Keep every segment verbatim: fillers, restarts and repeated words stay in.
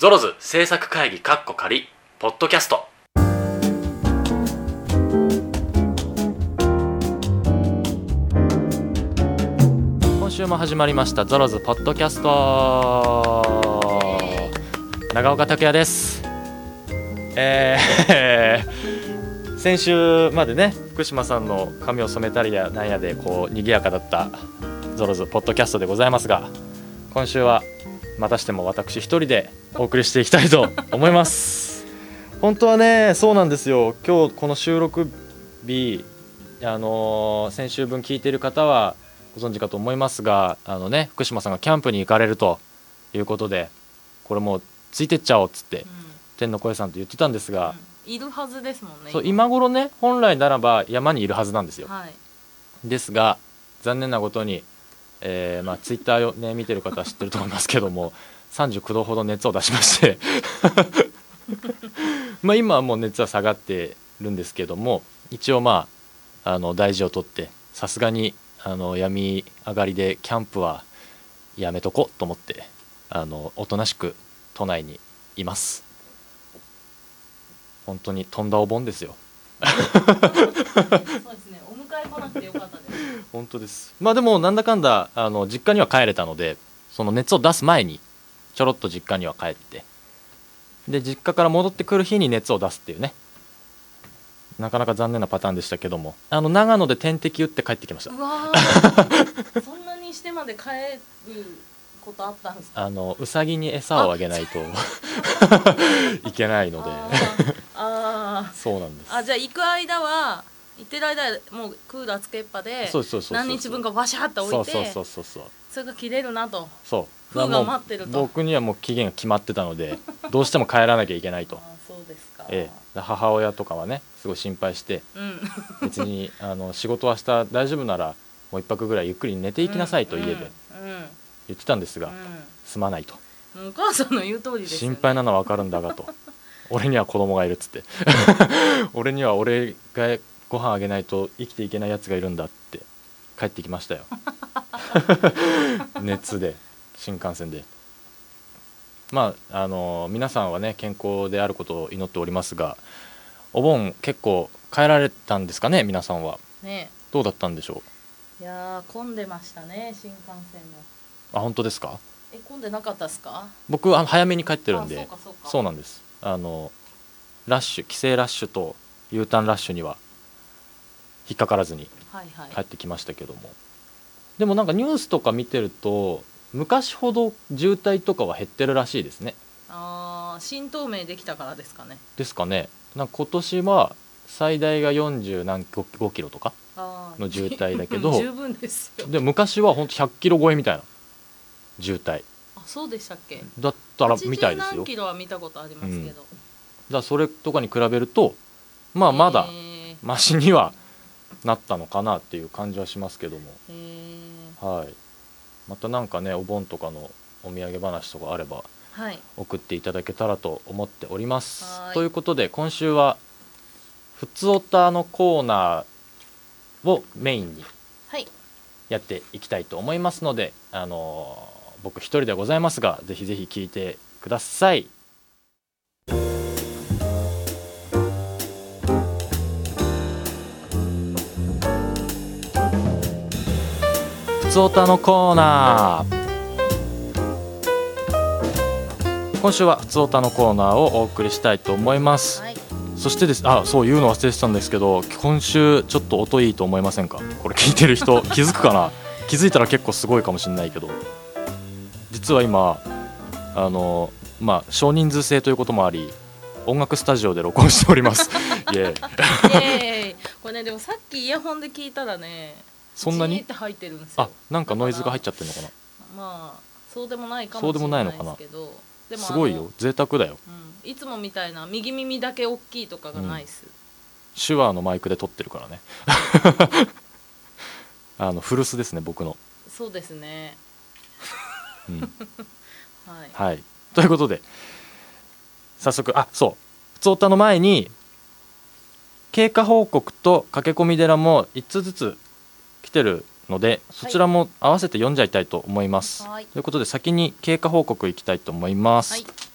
ゾロズ制作会議カッコ仮ポッドキャスト。今週も始まりましたゾロズポッドキャスト。長岡拓也です。えー、先週までね福島さんの髪を染めたりやなんやでこう賑やかだったゾロズポッドキャストでございますが、今週はまたしても私一人でお送りしていきたいと思います本当はねそうなんですよ。今日この収録日、あのー、先週分聞いている方はご存知かと思いますが、あのね福島さんがキャンプに行かれるということで、これもうついてっちゃおうっつって、うん、天の声さんと言ってたんですが、 うん、いるはずですもんね。 そう今頃ね本来ならば山にいるはずなんですよ、 はい、 ですが残念なことに、えーまあ、ツイッターを、ね、見てる方は知ってると思いますけどもさんじゅうきゅうどほど熱を出しましてまあ今はもう熱は下がってるんですけども、一応まああの大事をとってさすがにあの病み上がりでキャンプはやめとこうと思ってあのおとなしく都内にいます。本当にとんだお盆ですよそうですね、お迎え来なくてよかったです本当です。まあでもなんだかんだあの実家には帰れたので、その熱を出す前にちょろっと実家には帰って、で実家から戻ってくる日に熱を出すっていうね、なかなか残念なパターンでしたけども、あの長野で点滴打って帰ってきました。 うわそんなにしてまで帰ることあったんですか。 あのうさぎに餌をあげないといけないのでああそうなんです。 あ、じゃあ行く間は行ってる間はもうクーラーつけっぱで何日分かバシャッと置いて、 そうそうそうそう、 それが切れるなと、 そう風が待ってると。 僕にはもう期限が決まってたのでどうしても帰らなきゃいけないと。 あ、そうですか。 ええ、母親とかはねすごい心配して、うん、別にあの仕事は明日大丈夫ならもう一泊ぐらいゆっくり寝ていきなさいと家で言ってたんですが、うんうん、すまないと。 お母さんの言う通りですよね。 心配なのは分かるんだがと俺には子供がいるっつって俺には俺がご飯あげないと生きていけないやつがいるんだって帰ってきましたよ熱で新幹線で。まああの皆さんはね健康であることを祈っておりますが、お盆結構帰られたんですかね皆さんは、ね、どうだったんでしょう。いや混んでましたね新幹線も。 あ、本当ですか。 え、混んでなかったですか。 僕あの早めに帰ってるんで。 そうかそうか。 そうなんです。あのラッシュ帰省ラッシュと U ターンラッシュには引っかからずに帰ってきましたけども、はいはい、でもなんかニュースとか見てると昔ほど渋滞とかは減ってるらしいですね。 あ、新東名できたからですかね。 ですかね。なんか今年は最大がよんじゅうなんごキロとかの渋滞だけど十分ですよ。 で昔は本当ひゃっキロ超えみたいな渋滞。 あ、そうでしたっけ。 だったらみたいですよ。はちじゅう何キロは見たことありますけど、うん、だからそれとかに比べるとまあまだマシにはなったのかなっていう感じはしますけども、はい、またなんかねお盆とかのお土産話とかあれば送っていただけたらと思っております、はい、ということで今週はふつおたのコーナーをメインにやっていきたいと思いますので、あのー、僕一人でございますがぜひぜひ聞いてください。ふつおたのコーナー。今週はふつおたのコーナーをお送りしたいと思います、はい、そしてですあそう言うの忘れてたんですけど、今週ちょっと音いいと思いませんか。これ聞いてる人気づくかな気づいたら結構すごいかもしれないけど、実は今あのまあ少人数制ということもあり音楽スタジオで録音しておりますイエーイイエーイ。これねでもさっきイヤホンで聞いたらねそんなにって入ってるんですよ。 あ、なんかノイズが入っちゃってるのかな。 まあそうでもないかもしれないですけど、 でもすごいよ、贅沢だよ、 うん、いつもみたいな右耳だけ大きいとかがないっす、うん、 手話のマイクで撮ってるからねあの古巣ですね僕の。 そうですね、 うんはい、 はい、ということで早速あそうふつおたの前に経過報告と駆け込み寺もいっつずつ来てるのでそちらも合わせて読んじゃいたいと思います、はい、ということで先に経過報告いきたいと思います、はい、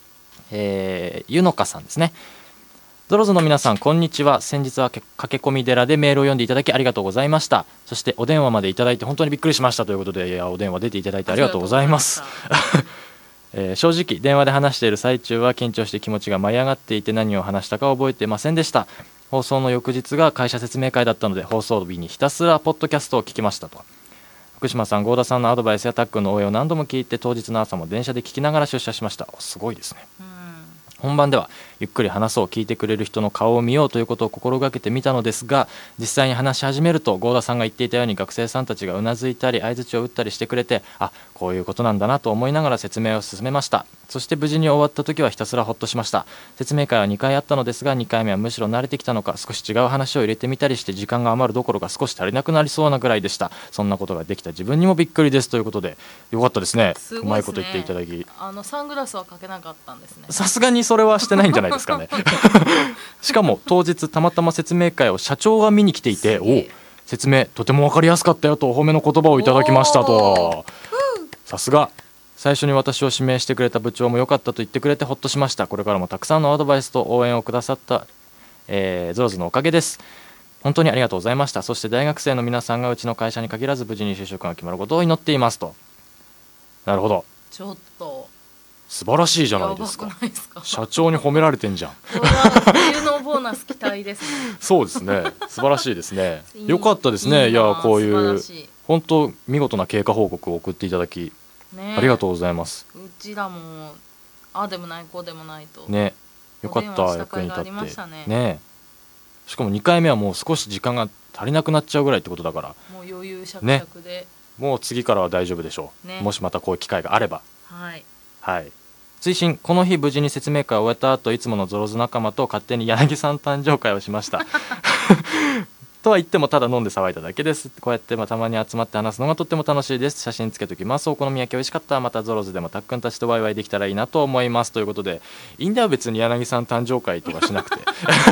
えー、ゆのかさんですね。ゾロズの皆さんこんにちは。先日は駆け込み寺でメールを読んでいただきありがとうございました。そしてお電話までいただいて本当にびっくりしましたということで、いやお電話出ていただいてありがとうございます。えー、正直電話で話している最中は緊張して気持ちが舞い上がっていて何を話したか覚えていませんでした。放送の翌日が会社説明会だったので放送日にひたすらポッドキャストを聞きましたと。福島さん、郷田さんのアドバイスやタックンの応援を何度も聞いて当日の朝も電車で聞きながら出社しました。すごいですね。うん、本番ではゆっくり話そう、聞いてくれる人の顔を見ようということを心がけてみたのですが、実際に話し始めると郷田さんが言っていたように学生さんたちがうなずいたり相槌を打ったりしてくれて、あ、こういうことなんだなと思いながら説明を進めました。そして無事に終わった時はひたすらほっとしました。説明会はにかいあったのですがにかいめはむしろ慣れてきたのか少し違う話を入れてみたりして時間が余るどころか少し足りなくなりそうなぐらいでした。そんなことができた自分にもびっくりですということで、よかったですね。 すごいですね。 うまいこと言っていただき、 あのサングラスはかけなかったんですね。 さすがにそれはしてないんじゃないですかねしかも当日たまたま説明会を社長が見に来ていて、お説明とても分かりやすかったよとお褒めの言葉をいただきましたと。さすが。最初に私を指名してくれた部長も良かったと言ってくれてほっとしました。これからもたくさんのアドバイスと応援をくださった、えー、ゾロズのおかげです。本当にありがとうございました。そして大学生の皆さんがうちの会社に限らず無事に就職が決まることを祈っていますと。なるほど。 ちょっと素晴らしいじゃないですか。 やばくないですか。 社長に褒められてんじゃん。 これは冬のボーナス期待ですねそうですね、素晴らしいですねよかったですね。いやこういう本当見事な経過報告を送っていただき、ね、ありがとうございます。 うちらもあでもないこうでもないとね、よかった役に立ってね。ね、しかもにかいめはもう少し時間が足りなくなっちゃうぐらいってことだから、 もう余裕しゃくしゃくで、ね、 もう次からは大丈夫でしょう、ね、もしまたこういう機会があれば。 はい、 はい、追伸、この日無事に説明会を終えた後いつものゾロズ仲間と勝手に柳さん誕生会をしましたとは言ってもただ飲んで騒いだだけです。こうやってまあたまに集まって話すのがとっても楽しいです。写真つけときます。お好み焼き美味しかった。またゾロズでもたっくんたちとワイワイできたらいいなと思いますということで、いいんだよ別に柳さん誕生会とかしなくて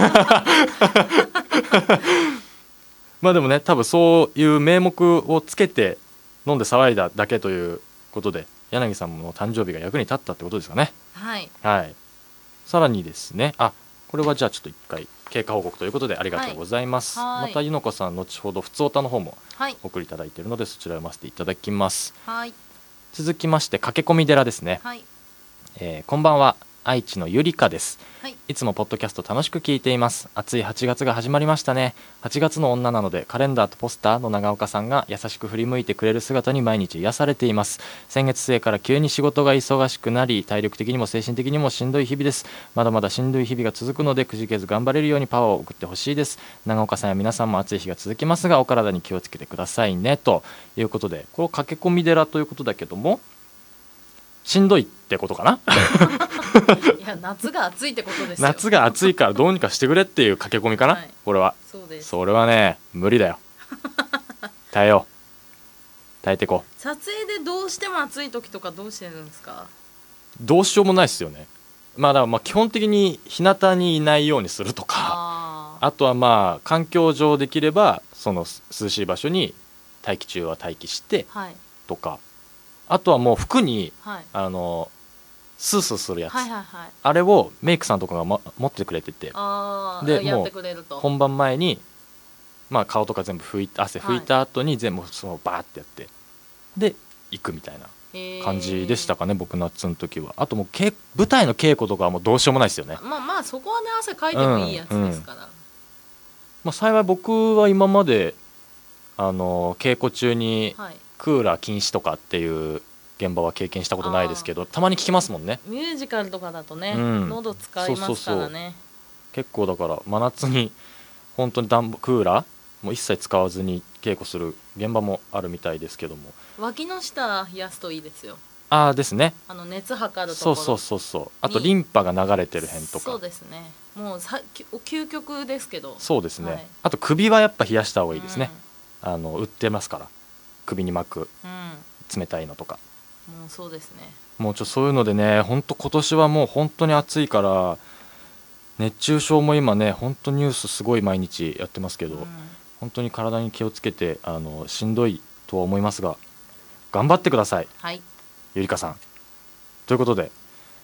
まあでもね、多分そういう名目をつけて飲んで騒いだだけということで柳さんの誕生日が役に立ったってことですかね。 はい、 はい、さらにですね、あ、これはじゃあちょっと一回経過報告ということでありがとうございます、はい、またゆのこさん後ほどふつおたの方もお送りいただいているので、はい、そちらを読ませていただきます、はい、続きまして駆け込み寺ですね、はい、えー、こんばんは、愛知のゆりかです、はい、いつもポッドキャスト楽しく聞いています。暑いはちがつが始まりましたね。はちがつの女なのでカレンダーとポスターの長岡さんが優しく振り向いてくれる姿に毎日癒されています。先月末から急に仕事が忙しくなり体力的にも精神的にもしんどい日々です。まだまだしんどい日々が続くのでくじけず頑張れるようにパワーを送ってほしいです。長岡さんや皆さんも暑い日が続きますがお体に気をつけてくださいねということで、これ駆け込み寺ということだけどもしんどいってことかないや夏が暑いってことですよ。 夏が暑いからどうにかしてくれっていう駆け込みかな、はい、これは。 そうです。 それはね無理だよ耐えよう、耐えてこう。 撮影でどうしても暑い時とかどうしてるんですか。 どうしようもないですよね。まあだからまあ基本的に日向にいないようにするとか、 あ, あとはまあ環境上できればその涼しい場所に待機中は待機してとか、はい、あとはもう服に、はい、あのスースーするやつ、はいはいはい、あれをメイクさんとかが、ま、持ってくれてて、 あでやってくれるともう本番前に、まあ、顔とか全部拭い汗拭いた後に全部そのバーってやってで行くみたいな感じでしたかね、僕夏の時は。あともうけ舞台の稽古とかはもうどうしようもないですよね。 まあまあそこはね汗かいてもいいやつですから、うんうん、 まあ、幸い僕は今まであの稽古中にクーラー禁止とかっていう現場は経験したことないですけど、たまに聞きますもんね。 ミュージカルとかだとね、うん、喉使いますからね。そうそうそう、 結構だから真夏に本当に暖房クーラーも一切使わずに稽古する現場もあるみたいですけども、 脇の下冷やすといいですよ。 ああですね、 あの熱測るところ、 そうそうそうそう、あとリンパが流れてる辺とか、 そうですね、もうさ究極ですけど、 そうですね、はい、あと首はやっぱ冷やした方がいいですね、うん、あの売ってますから首に巻く、うん、冷たいのとか。 もうそうですね、 もうちょそういうのでね、本当今年はもう本当に暑いから熱中症も今ね本当ニュースすごい毎日やってますけど、うん、本当に体に気をつけてあのしんどいとは思いますが頑張ってください、 はい、 ゆりかさんということで、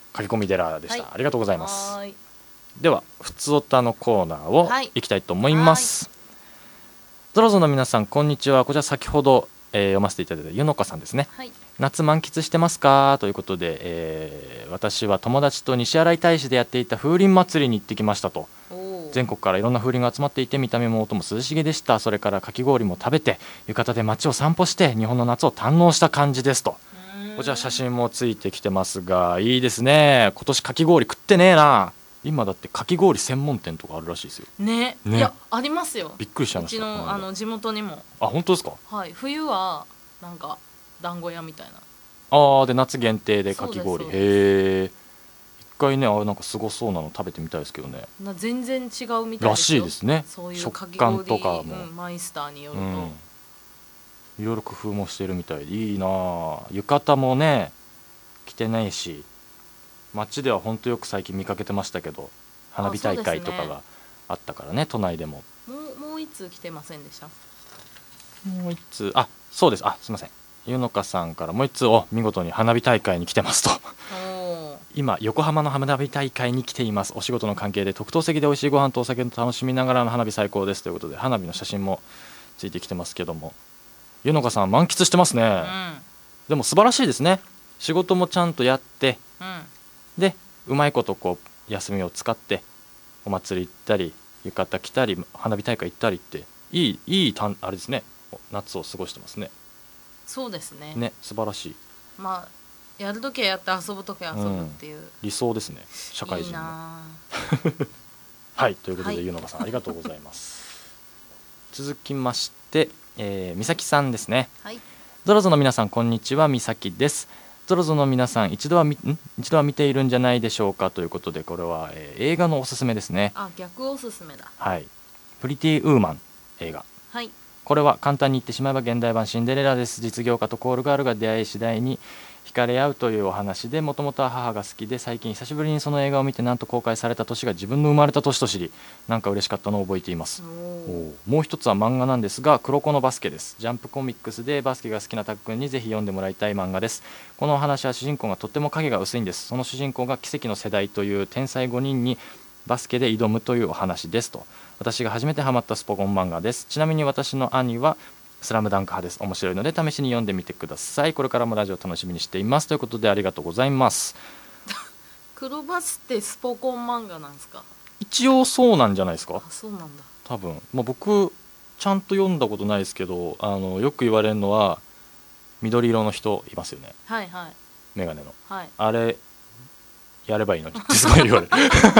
書き込み寺でした、はい、ありがとうございます。 はい、 ではふつおたのコーナーをいきたいと思います。はい、ゾロゾの皆さんこんにちは。こちら先ほど、えー、読ませていただいたゆのかさんですね。はい、夏満喫してますかということで、えー、私は友達と西新井大師でやっていた風鈴祭りに行ってきましたと。全国からいろんな風鈴が集まっていて見た目も音も涼しげでした。それからかき氷も食べて浴衣で街を散歩して日本の夏を堪能した感じですと。こちら写真もついてきてますが、いいですね。今年かき氷食ってねえな。今だってかき氷専門店とかあるらしいですよ。 ね, ねいやありますよ。 びっくりしちゃいました。 うち の, あの地元にも。 あ本当ですか。 はい、冬はなんか団子屋みたいな。 ああで夏限定でかき氷。へえ。一回ねあなんかすごそうなの食べてみたいですけどね。 な全然違うみたいですよらしいですね。 そういうかき食氷感とかも、 うん、マイスターによると、 うん、いろいろ工夫もしてるみたいでいいな。浴衣もね着てないし、街では本当よく最近見かけてましたけど花火大会とかがあったから ね, ね都内でも。 もうもう一通来てませんでした。 もう一通あそうですあすいませんゆのかさんからもう一通を見事に花火大会に来てますと。今横浜の花火大会に来ています。お仕事の関係で特等席で美味しいご飯とお酒を楽しみながらの花火最高ですということで花火の写真もついてきてますけども、ゆのかさん満喫してますね。うん、でも素晴らしいですね。仕事もちゃんとやって、うん、でうまいことこう休みを使ってお祭り行ったり浴衣着たり花火大会行ったりっていいいいたあれですね。夏を過ごしてますね。 そうですね。 ね素晴らしい。 まあやるときはやって遊ぶときは遊ぶっていう、うん、 理想ですね社会人の。いいなはいということで、はい、ゆのかさんありがとうございます続きまして、えー、みさきさんですね。はい、ゾロゾの皆さんこんにちは、みさきです。ゾロゾの皆さん一度はみん一度は見ているんじゃないでしょうかということでこれは、えー、映画のおすすめですね。 あ逆おすすめだ。 はいプリティウーマン映画。はいこれは簡単に言ってしまえば現代版シンデレラです。実業家とコールガールが出会い次第に惹かれ合うというお話で、もともとは母が好きで最近久しぶりにその映画を見てなんと公開された年が自分の生まれた年と知りなんか嬉しかったのを覚えています。おもう一つは漫画なんですが黒子のバスケです。ジャンプコミックスでバスケが好きなタックンにぜひ読んでもらいたい漫画です。このお話は主人公がとっても影が薄いんです。その主人公が奇跡の世代という天才ごにんにバスケで挑むというお話ですと。私が初めてハマったスポコン漫画です。ちなみに私の兄はスラムダンク派です。面白いので試しに読んでみてください。これからもラジオ楽しみにしていますということでありがとうございます。 黒バスってスポコン漫画なんですか。 一応そうなんじゃないですか。 あそうなんだ多分、まあ、僕ちゃんと読んだことないですけどあのよく言われるのは緑色の人いますよね。 はいはいメガネの、 はい、 あれやればいいのにってすごい言われる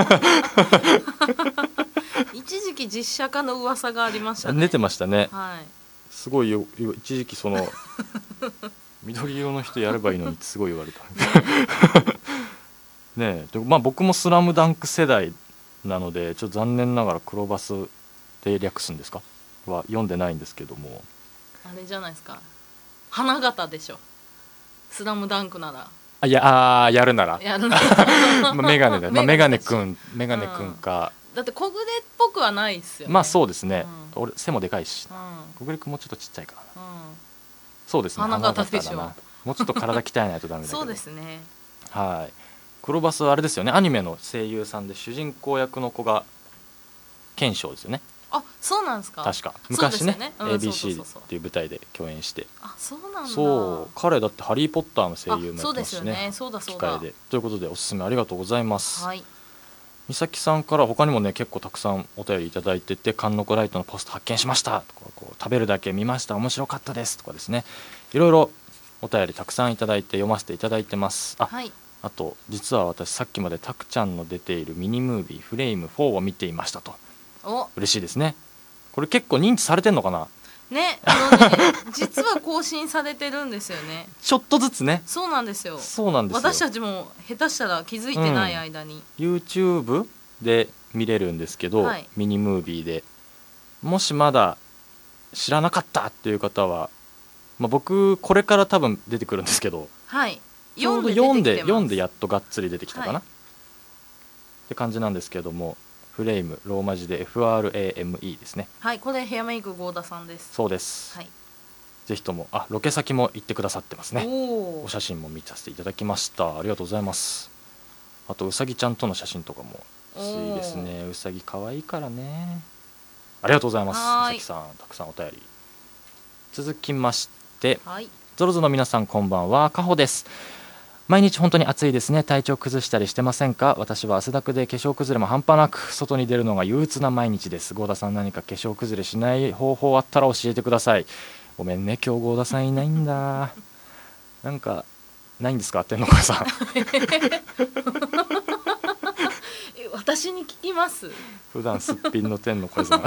一時期実写化の噂がありましたね。 出てましたね、 はい、 すごいよ一時期その緑色の人やればいいのにってすごい言われたねえで、まあ、僕もスラムダンク世代なのでちょっと残念ながら黒バスで略すんですかは読んでないんですけども、 あれじゃないですか花形でしょスラムダンクなら。 あいやあやるならやるならメガネだ、まあ、メガネくんメガネくんか、 うん、だって小暮っぽくはないっすよね。 まあそうですね、うん、俺背もでかいし、 うん、 小暮くんもちょっとちっちゃいからな、うん、そうですね花形でしょ。 もうちょっと体鍛えないとダメだけどそうですね。 はい黒バスはあれですよねアニメの声優さんで主人公役の子が賢章ですよね。 あそうなんですか。 確か昔 ね, ね、うん、 エービーシー っていう舞台で共演して。 あそうなんだ。 そう彼だってハリーポッターの声優もやってますしね。 そうですよね。そうだそうだ。 機械でということでおすすめありがとうございます。 はい美咲さんから他にもね結構たくさんお便りいただいててカンノコライトのポスト発見しましたとかこう食べるだけ見ました面白かったですとかですねいろいろお便りたくさんいただいて読ませていただいてます。あ、はい、あと実は私さっきまでタクちゃんの出ているミニムービーフレイムフォーを見ていましたと。 お嬉しいですね。これ結構認知されてんのかなね。あのね実は更新されてるんですよねちょっとずつね。 そうなんですよ。 そうなんですよ。 私たちも下手したら気づいてない間に、 うん、YouTube で見れるんですけど、はい、ミニムービーでもしまだ知らなかったっていう方は、まあ、僕これから多分出てくるんですけど、 はい、 ちょうど読んで読んでやっとがっつり出てきたかな、はい、って感じなんですけどもフレームローマ字で エフアールエーエムイー ですね。 はいこれヘアメイク合田さんです。 そうです、 はい、 ぜひともあロケ先も行ってくださってますね。 お, お写真も見させていただきました。ありがとうございます。 あとうさぎちゃんとの写真とかもいいですね。うさぎ可愛いからね。ありがとうございます。うさぎさんたくさんお便り。続きまして、はい、ゾロゾの皆さんこんばんは、かほです。毎日本当に暑いですね。体調崩したりしてませんか？私は汗だくで化粧崩れも半端なく外に出るのが憂鬱な毎日です。郷田さん、何か化粧崩れしない方法あったら教えてください。ごめんね、今日郷田さんいないんだなんかないんですか、天の声さん私に聞きます。 普段すっぴんの天の声さん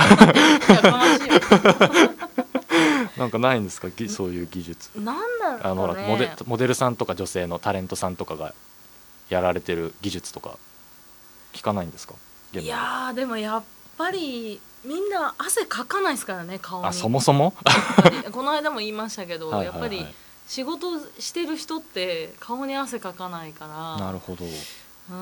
なんかないんですか、そういう技術。 なんだろうね、 あのほらモデ、モデルさんとか女性のタレントさんとかがやられてる技術とか聞かないんですか？ いやーでもやっぱりみんな汗かかないですからね、顔に。 あ、そもそもこの間も言いましたけど、はいはいはい、やっぱり仕事してる人って顔に汗かかないから。 なるほど。 うん、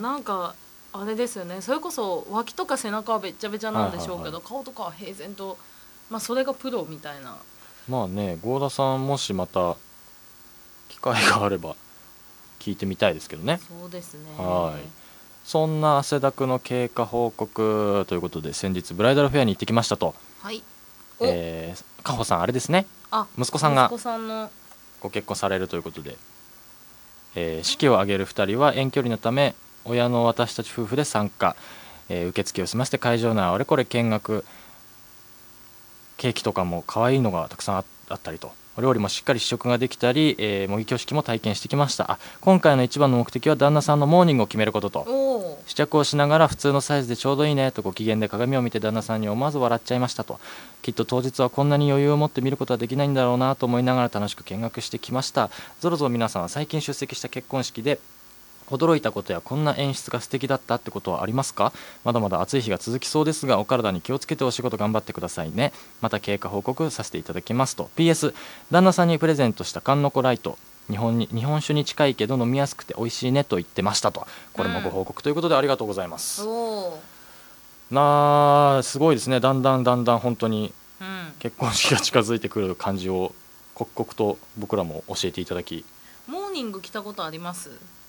なんかあれですよね、それこそ脇とか背中はべっちゃべちゃなんでしょうけど、はいはいはい、顔とかは平然と、まあ、それがプロみたいな。 まあね、郷田さんもしまた機会があれば聞いてみたいですけどね。 そうですね。 はい。そんな汗だくの経過報告ということで、先日ブライダルフェアに行ってきましたと。 はい。 えー、かほさんあれですね、 あ、 息子さんが息子さんのご結婚されるということで、えー、式を挙げるふたりは遠距離のため親の私たち夫婦で参加、えー、受付を済ませて会場内あれこれ見学、ケーキとかも可愛いのがたくさん あ, あったりと、お料理もしっかり試食ができたり、えー、模擬挙式も体験してきました。あ、今回の一番の目的は旦那さんのモーニングを決めることと、試着をしながら普通のサイズでちょうどいいねとご機嫌で鏡を見て旦那さんに思わず笑っちゃいましたと。きっと当日はこんなに余裕を持って見ることはできないんだろうなと思いながら楽しく見学してきました。ぞろぞろ皆さんは最近出席した結婚式で驚いたことやこんな演出が素敵だったってことはありますか？まだまだ暑い日が続きそうですがお体に気をつけてお仕事頑張ってくださいね。また経過報告させていただきますと。 ピーエス 旦那さんにプレゼントした缶のこライト、日本に日本酒に近いけど飲みやすくて美味しいねと言ってましたと。これもご報告ということでありがとうございます、うん、なあすごいですね。だんだんだんだん本当に結婚式が近づいてくる感じを刻々と僕らも教えていただき。 モーニング来たことあります？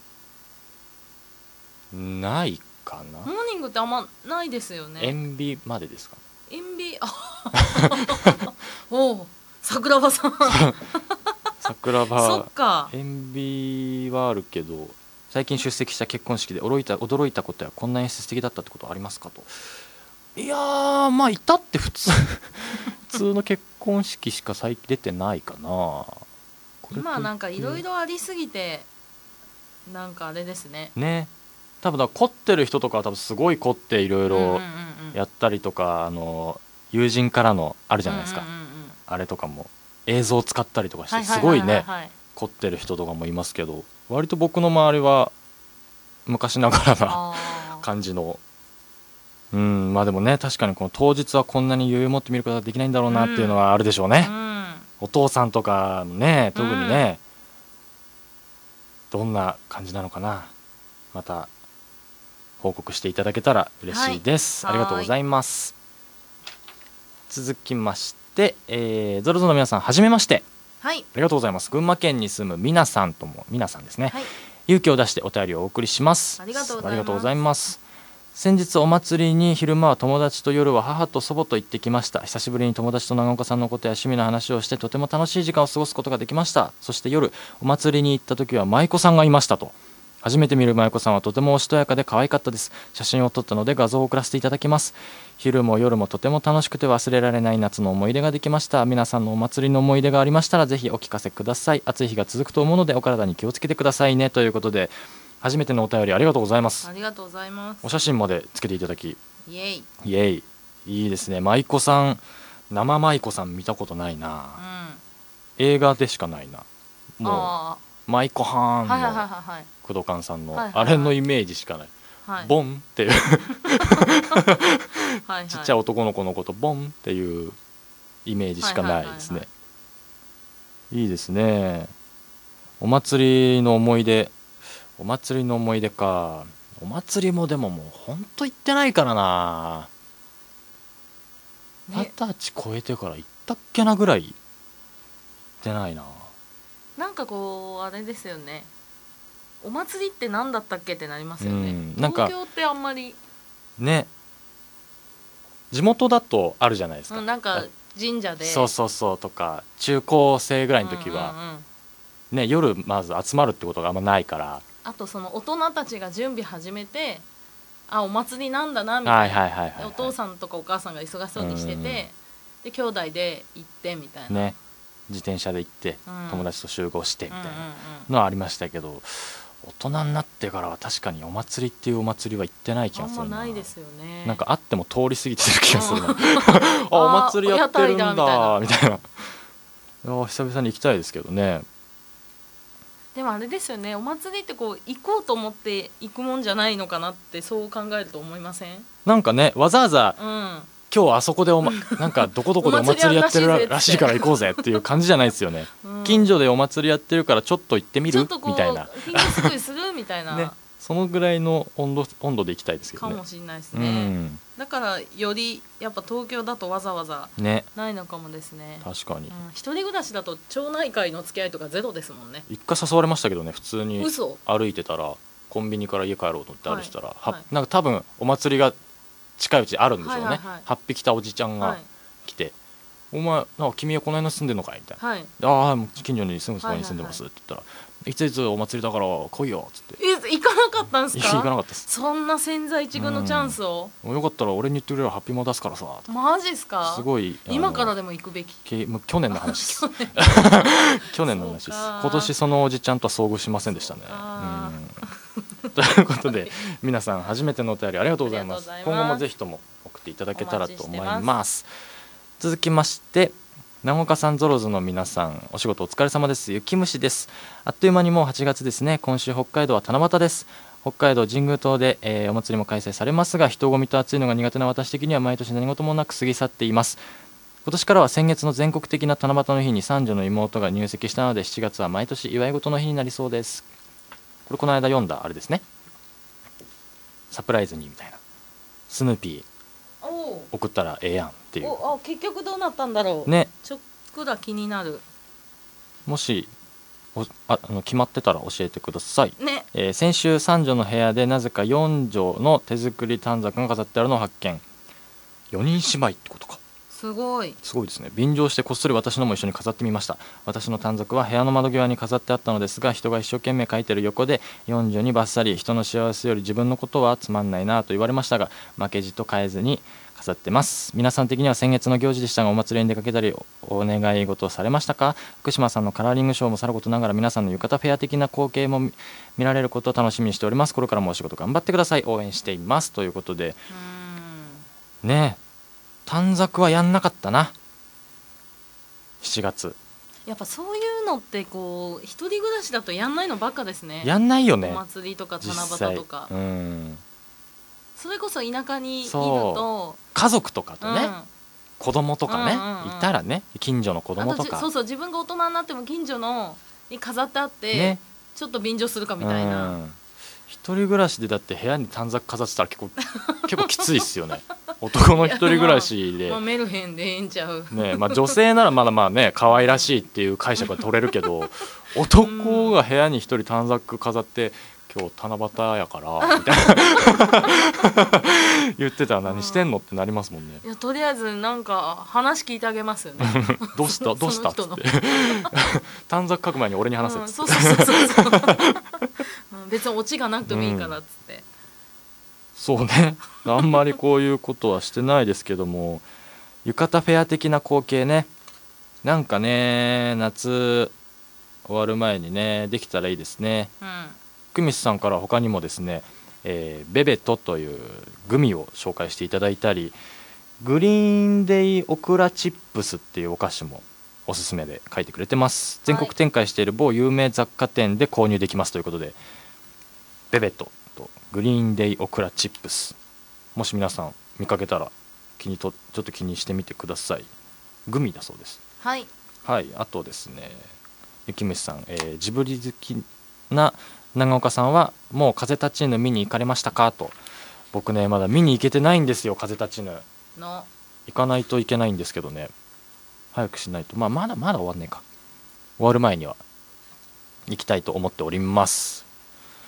ないかな。 モーニングってあんまないですよね。 塩ビまでですか？ 塩ビあおお桜庭さん桜庭そっか、 塩ビはあるけど最近出席した結婚式で驚いた驚いたことやこんな演出的だったってことはありますかと。いやーまあいたって普通普通の結婚式しか最近出てないかな。 今なんかいろいろありすぎてなんかあれですね。 ね、多分だ凝ってる人とかは多分すごい凝っていろいろやったりとか、あの友人からのあるじゃないですか、うんうんうんうん、あれとかも映像を使ったりとかしてすごいね凝ってる人とかもいますけど、割と僕の周りは昔ながらな感じの、うん、まあでもね確かにこの当日はこんなに余裕を持って見ることができないんだろうなっていうのはあるでしょうね、うんうん、お父さんとかもね特にね、うん、どんな感じなのかな、また報告していただけたら嬉しいです、はい、ありがとうございます。続きまして、えー、ゾロゾロの皆さんはじめまして、 はい、 ありがとうございます。群馬県に住むみなさんともみなさんですね、はい、勇気を出してお便りをお送りします。 ありがとうございます。 ありがとうございます。先日お祭りに昼間は友達と夜は母と祖母と行ってきました。久しぶりに友達と長岡さんのことや趣味の話をしてとても楽しい時間を過ごすことができました。そして夜お祭りに行った時は舞妓さんがいましたと。初めて見る舞妓さんはとてもおしとやかで可愛かったです。写真を撮ったので画像を送らせていただきます。昼も夜もとても楽しくて忘れられない夏の思い出ができました。皆さんのお祭りの思い出がありましたらぜひお聞かせください。暑い日が続くと思うのでお体に気をつけてくださいねということで、初めてのお便りありがとうございます。 ありがとうございます。 お写真までつけていただきイエイイエイ、いいですね。舞妓さん、生舞妓さん見たことないな、うん、映画でしかないな。もう舞妓はーんの、はいはいはいはい、工藤館さんの、はいはいはい、あれのイメージしかない、はい、ボンっていうはい、ちっちゃい男の子のことボンっていうイメージしかないですね、はいはいはいはい、いいですね。お祭りの思い出、お祭りの思い出か。お祭りもでももうほんと行ってないからな、二十歳超えてから行ったっけなぐらい行ってないな。 なんかこうあれですよね、 お祭りって何だったっけってなりますよね、うん、 なんか東京ってあんまりね、地元だとあるじゃないですか、 うん、なんか神社でそうそうそうとか中高生ぐらいの時は、うんうんうんね、夜まず集まるってことがあんまないから、 あとその大人たちが準備始めて、あお祭りなんだなみたいな、はいはいはいはい、お父さんとかお母さんが忙しそうにしてて、うん、で兄弟で行ってみたいな、 ね、自転車で行って、うん、友達と集合してみたいなのはありましたけど、うんうんうん、大人になってからは確かにお祭りっていうお祭りは行ってない気がするな。 あんまないですよね。 なんかあっても通り過ぎてる気がするなあお祭りやってるんだみたいな、みたいな久々に行きたいですけどね。 でもあれですよね、お祭りってこう行こうと思って行くもんじゃないのかなって、そう考えると思いません？ なんかね、わざわざ、うん、今日あそこでお、ま、なんかどこどこでお祭りやってるらしいから行こうぜっていう感じじゃないですよね、うん、近所でお祭りやってるからちょっと行ってみるみたいな、 金魚すくいするみたいな、 ね、そのぐらいの温度、温度で行きたいですけどね。 かもしれないですね、うん、だからよりやっぱ東京だとわざわざないのかもですね。 確かに、うん、 一人暮らしだと町内会の付き合いとかゼロですもんね。 一回誘われましたけどね、普通に歩いてたらコンビニから家帰ろうと思って歩いてたら、はいはい、なんか多分お祭りが近いうちあるんでしょうね、はいはいはい、はっぴきたおじちゃんが来て、はい、お前なんか君はこの辺に住んでんのかいみたいな、はい、ああ近所にすぐそこに住んでますって言ったら、はいはいはい、いついつお祭りだから来いよっつって。 え行かなかったんですか？ 行かなかったです。 そんな千載一遇のチャンスを、 うん、よかったら俺に言ってくれればハッピーも出すからさ。 マジっすか？ すごい今からでも行くべき。 去年の話です去年の話です。今年そのおじちゃんとは遭遇しませんでしたね。うん、ということで皆さん初めてのお便りありがとうございます。今後もぜひとも送っていただけたらと思います。続きまして長岡さん、ゾロズの皆さん、お仕事お疲れ様です。雪虫です。あっという間にもうはちがつですね。今週北海道は七夕です。北海道神宮島で、えー、お祭りも開催されますが、人混みと暑いのが苦手な私的には毎年何事もなく過ぎ去っています。今年からは先月の全国的な七夕の日に三女の妹が入籍したので、しちがつは毎年祝い事の日になりそうです。これこの間読んだあれですね、サプライズにみたいな、スヌーピー送ったらええやんっていう。 おあ結局どうなったんだろうね。 ちょっくら気になる。 もしお あ, あの決まってたら教えてください、 ね。 えー、先週三女の部屋でなぜかよん畳の手作り短冊が飾ってあるのを発見。よにん姉妹ってことか。 すごいすごいですね。便乗してこっそり私のも一緒に飾ってみました。私の短冊は部屋の窓際に飾ってあったのですが、人が一生懸命書いてる横でよん畳にバッサリ、人の幸せより自分のことはつまんないなと言われましたが、負けじと変えずに飾ってます。皆さん的には先月の行事でしたが、お祭りに出かけたり お, お願い事をされましたか？福島さんのカラーリングショーもさることながら、皆さんの浴衣フェア的な光景も 見, 見られることを楽しみにしております。これからもお仕事頑張ってください。応援していますということで、うーんねえ、短冊はやんなかったな。しちがつやっぱそういうのってこう一人暮らしだとやんないのばっかですね。 やんないよね。 お祭りとか七夕とか、 うん、 それこそ田舎にいると家族とかとね、うん、子供とかね、うんうんうん、いたらね、近所の子供とか、 そうそう、自分が大人になっても近所のに飾ってあって、ね、ちょっと便乗するかみたいな、うん、 一人暮らしでだって部屋に短冊飾ってたら結構結構きついっすよね男の一人暮らしで、 まあ、メルヘンでええんちゃう、 ね、まあ、女性ならまだまあね可愛らしいっていう解釈が取れるけど男が部屋に一人短冊飾って今日七夕やからみたいな言ってたら何してんのってなりますもんね。 いやとりあえずなんか話聞いてあげますよねどうしたどうしたっつって短冊書く前に俺に話せっつって、 うん、そうそうそうそう別にオチがなくてもいいからっつって、うん、 そうね、あんまりこういうことはしてないですけども浴衣フェア的な光景ね、なんかね夏終わる前にねできたらいいですね。うん、クミスさんから他にもですね、えー、ベベトというグミを紹介していただいたり、グリーンデイオクラチップスっていうお菓子もおすすめで書いてくれてます。全国展開している某有名雑貨店で購入できますということで、ベベトとグリーンデイオクラチップス、もし皆さん見かけたら気にとちょっと気にしてみてください。グミだそうです。 はい、 はい、あとですね、雪虫さん、えー、ジブリ好きな長岡さんはもう風立ちぬ見に行かれましたかと。僕ねまだ見に行けてないんですよ、風立ちぬの。行かないといけないんですけどね、早くしないと、まあ、まだまだ終わんねえか、終わる前には行きたいと思っております。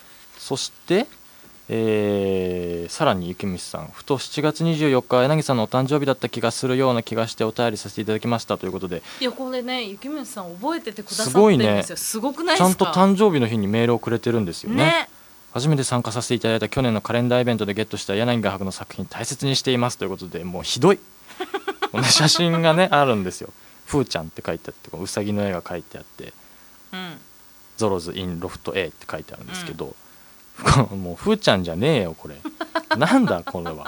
そして、えー、さらにゆきむしさん、ふとしちがつにじゅうよっかは柳さんのお誕生日だった気がするような気がしてお便りさせていただきましたということで、 いやこれねゆきむしさん覚えててくださってるんですよ。すごいね、すごくないですか。 ちゃんと誕生日の日にメールをくれてるんですよ ね, ね初めて参加させていただいた去年のカレンダーイベントでゲットした柳画伯の作品大切にしていますということで、もうひどいこの写真がねあるんですよ。ふーちゃんって書いてあって、こううさぎの絵が書いてあって、うん、ゾロズインロフト A って書いてあるんですけど、うんもうふーちゃんじゃねえよこれなんだこれは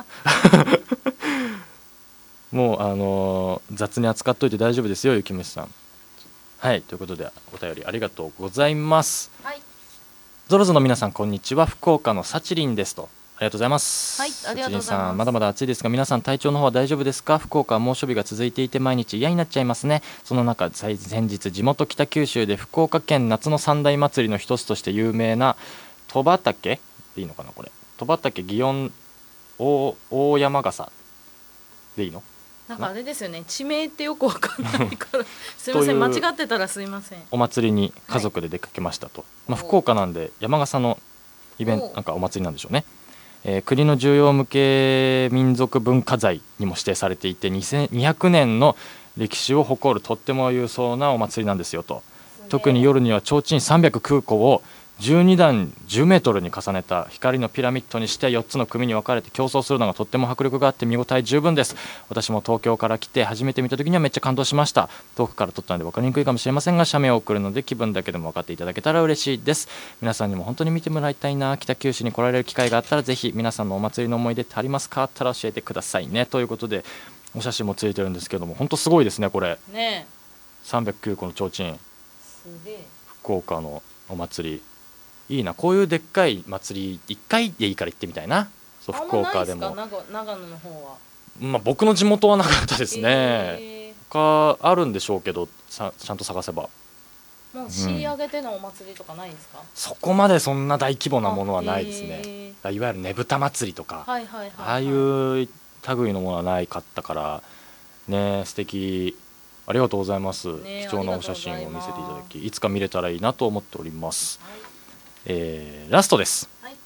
もうあのー、雑に扱っといて大丈夫ですよゆきむしさん。はいということでお便りありがとうございます、はい、ゾロズの皆さんこんにちは、福岡のさちりんですと。ありがとうございます。 はい、ありがとうございます。 さんまだまだ暑いですが皆さん体調の方は大丈夫ですか。福岡は猛暑日が続いていて毎日嫌になっちゃいますね。その中先日地元北九州で福岡県夏の三大祭りの一つとして有名な戸畑でいいのかな、これ戸畑祇園 大, 大山笠でいいのなんかあれですよね、地名ってよくわかんないからすいません間違ってたらすいません。 お祭りに家族で出かけましたと、はいまあ、福岡なんで山笠のイベントなんかお祭りなんでしょうね。えー、国の重要無形民族文化財にも指定されていてにせんにひゃくねんの歴史を誇るとっても勇壮なお祭りなんですよと。特に夜には提灯さんびゃくきゅうこをじゅうにだんじゅうメートルに重ねた光のピラミッドにしてよっつの組に分かれて競争するのがとっても迫力があって見応え十分です。私も東京から来て初めて見た時にはめっちゃ感動しました。遠くから撮ったので分かりにくいかもしれませんが写メを送るので気分だけでも分かっていただけたら嬉しいです。皆さんにも本当に見てもらいたいな。北九州に来られる機会があったらぜひ皆さんのお祭りの思い出ってありますかあったら教えてくださいねということで、お写真もついてるんですけども本当すごいですねこれね。 さんびゃくきゅうこの提灯、 すげえ福岡のお祭りいいな。こういうでっかい祭りいっかいでいいから行ってみたいな。そう福岡でも長, 長野の方は、 まあ、僕の地元はなかったですね、えー、他あるんでしょうけどさちゃんと探せば。 もう仕上げてのお祭りとかないんですか、うん、 そこまでそんな大規模なものはないですね、えー、いわゆるねぶた祭りとか、はいはいはいはい、ああいう類のものはないかったからね。素敵、ありがとうございます、ね、貴重なお写真を見せていただきいつか見れたらいいなと思っております、はいえー、ラストです、はい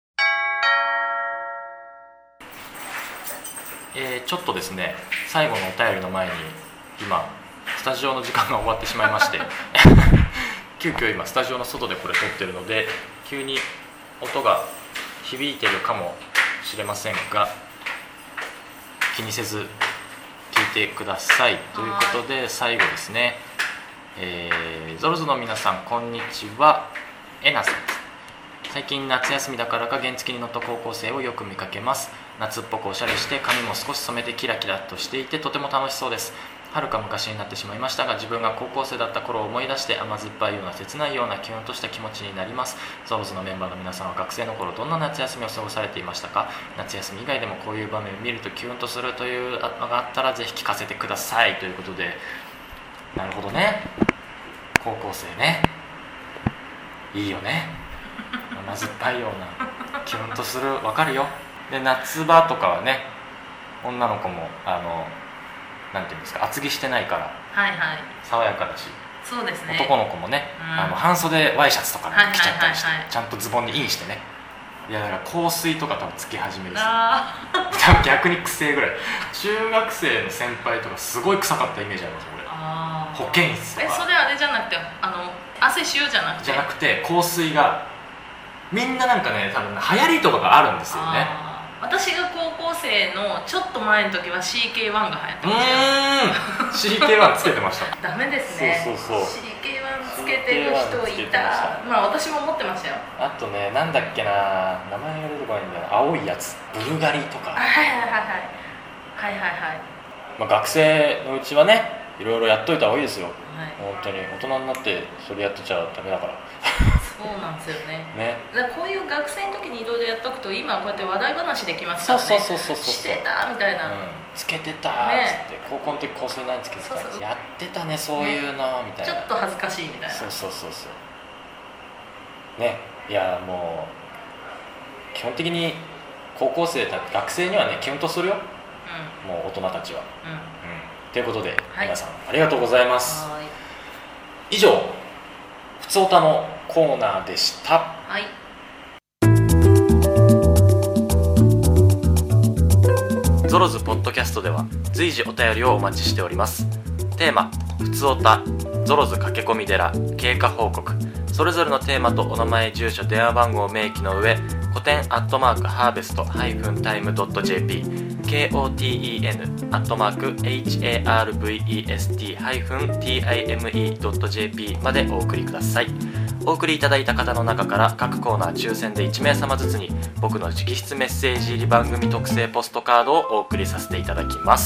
えー、ちょっとですね最後のお便りの前に今スタジオの時間が終わってしまいまして急遽今スタジオの外でこれ撮ってるので急に音が響いてるかもしれませんが気にせず聞いてくださいということで最後ですね、えー、ゾロズの皆さんこんにちは。えなさんです。最近夏休みだからか原付に乗った高校生をよく見かけます。夏っぽくおしゃれして髪も少し染めてキラキラとしていてとても楽しそうです。遥か昔になってしまいましたが自分が高校生だった頃を思い出して甘酸っぱいような切ないようなキュンとした気持ちになります。ゾロズのメンバーの皆さんは学生の頃どんな夏休みを過ごされていましたか。夏休み以外でもこういう場面を見るとキュンとするというのがあったらぜひ聞かせてくださいということで。なるほどね、高校生ねいいよね甘酸っぱいようなキュンとする、わかるよ。で夏場とかはね女の子もあのなんていうんですか厚着してないから、はいはい、爽やかだし、 そうですね、 男の子もね、うん、あの半袖ワイシャツとか、ねはいはいはいはい、着ちゃったりして、ちゃんとズボンにインしてね。いやだから香水とか多分つけ始めです、ね、多分逆に癖ぐらい。中学生の先輩とかすごい臭かったイメージあります俺。あ保健室とか。 えそれあれじゃなくてあの汗臭じゃなくてじゃなくて香水がみんななんかね多分流行りとかがあるんですよね。 私が高校生のちょっと前の時は シーケーワン が流行ってましたよ。 うーんシーケーワン つけてましたダメですね。 そうそうそうシーケーワン つけてる人いた。まあ私も持ってましたよ。 あとねなんだっけな名前が出てこないんだよな。青いやつブルガリとか。 はいはいはいはいはいはいはい。 まあ学生のうちはねいろいろやっといた方がいいですよ、はい、本当に大人になってそれやってちゃダメだから。 そうなんですよね。 ねだからこういう学生の時にいろいろやっとくと今こうやって話題話できますからね。そうそうそうそうしてたみたいな、うん、つけてたっつって、ね、高校の時香水何つけてたそうそうやってたねそういうの、ね、みたいなちょっと恥ずかしいみたいな。そうそうそうそうね。いやもう基本的に高校生だ学生にはねキュンとするよ、うん、もう大人たちは、うんうん、ということで、はい、皆さんありがとうございます。はい以上ふつおたのコーナーでした。はいゾロズポッドキャストでは随時お便りをお待ちしております。テーマ、ふつおた、ゾロズ駆け込み寺、経過報告、それぞれのテーマとお名前、住所、電話番号を明記の上、コテンアットマークハーベストハイフンタイムドット ジェーピー、KOTEN アットマーク HARVEST ハイフン TIME ドット ジェーピー までお送りください。お送りいただいた方の中から各コーナー抽選でいち名様ずつに僕の直筆メッセージ入り番組特製ポストカードをお送りさせていただきます。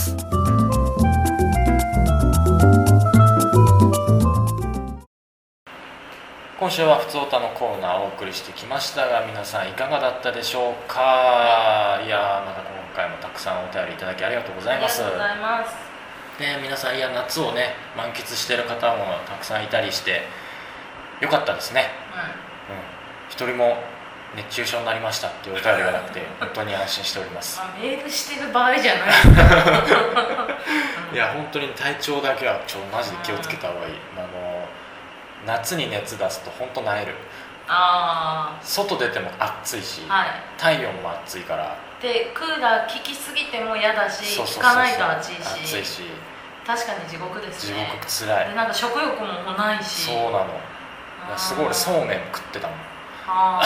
今週はふつおたのコーナーをお送りしてきましたが、皆さんいかがだったでしょうか。いやー、また今回もたくさんお便りいただきありがとうございます。 ありがとうございます。 ね、皆さん、いや夏をね満喫してる方もたくさんいたりしてよかったですね。うん、うん、一人も熱中症になりましたっていうお便りがなくて本当に安心しております。 まあ、メールしてる場合じゃないいや本当に体調だけはちょマジで気をつけた方がいい。あの夏に熱出すと本当なえる。 あ、 外出ても暑いし、 はい、 体温も暑いからでクーラー効きすぎても嫌だし、効かないと暑いし、 暑いし確かに地獄ですね。 地獄つらい。 でなんか食欲もないし。 そうなの。すごい俺そうめん食ってたもん。 あ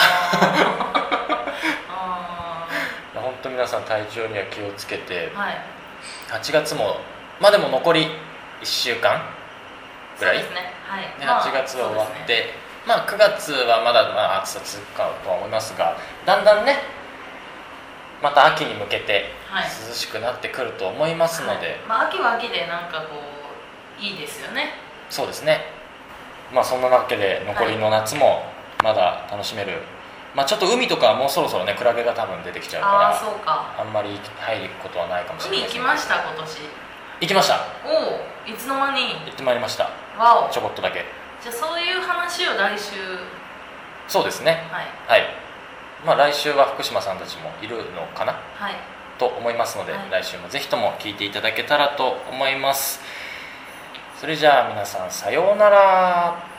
あ本当皆さん体調には気をつけて、 はい、 はちがつもまあでも残りいっしゅうかんぐらい。 そうですね、はい、 ではちがつは終わって、ね、まあくがつはまだまあ暑さ続くかとは思いますが、だんだんねまた秋に向けて涼しくなってくると思いますので、はいはい、 まあ、秋は秋でなんかこういいですよね。 そうですね。まあそんなわけで残りの夏もまだ楽しめる、はい、まあちょっと海とかはもうそろそろねクラゲが多分出てきちゃうから、 あ、そうか、 あんまり入ることはないかもしれないです。 海行きました今年。 行きました。 おお、いつの間に。 行ってまいりました。 わお、 ちょこっとだけ。 じゃあそういう話を来週。 そうですね、 はい、 はい、まあ来週は福島さんたちもいるのかな、 はい、 と思いますので、はい、来週もぜひとも聞いていただけたらと思います。それじゃあ皆さんさようなら。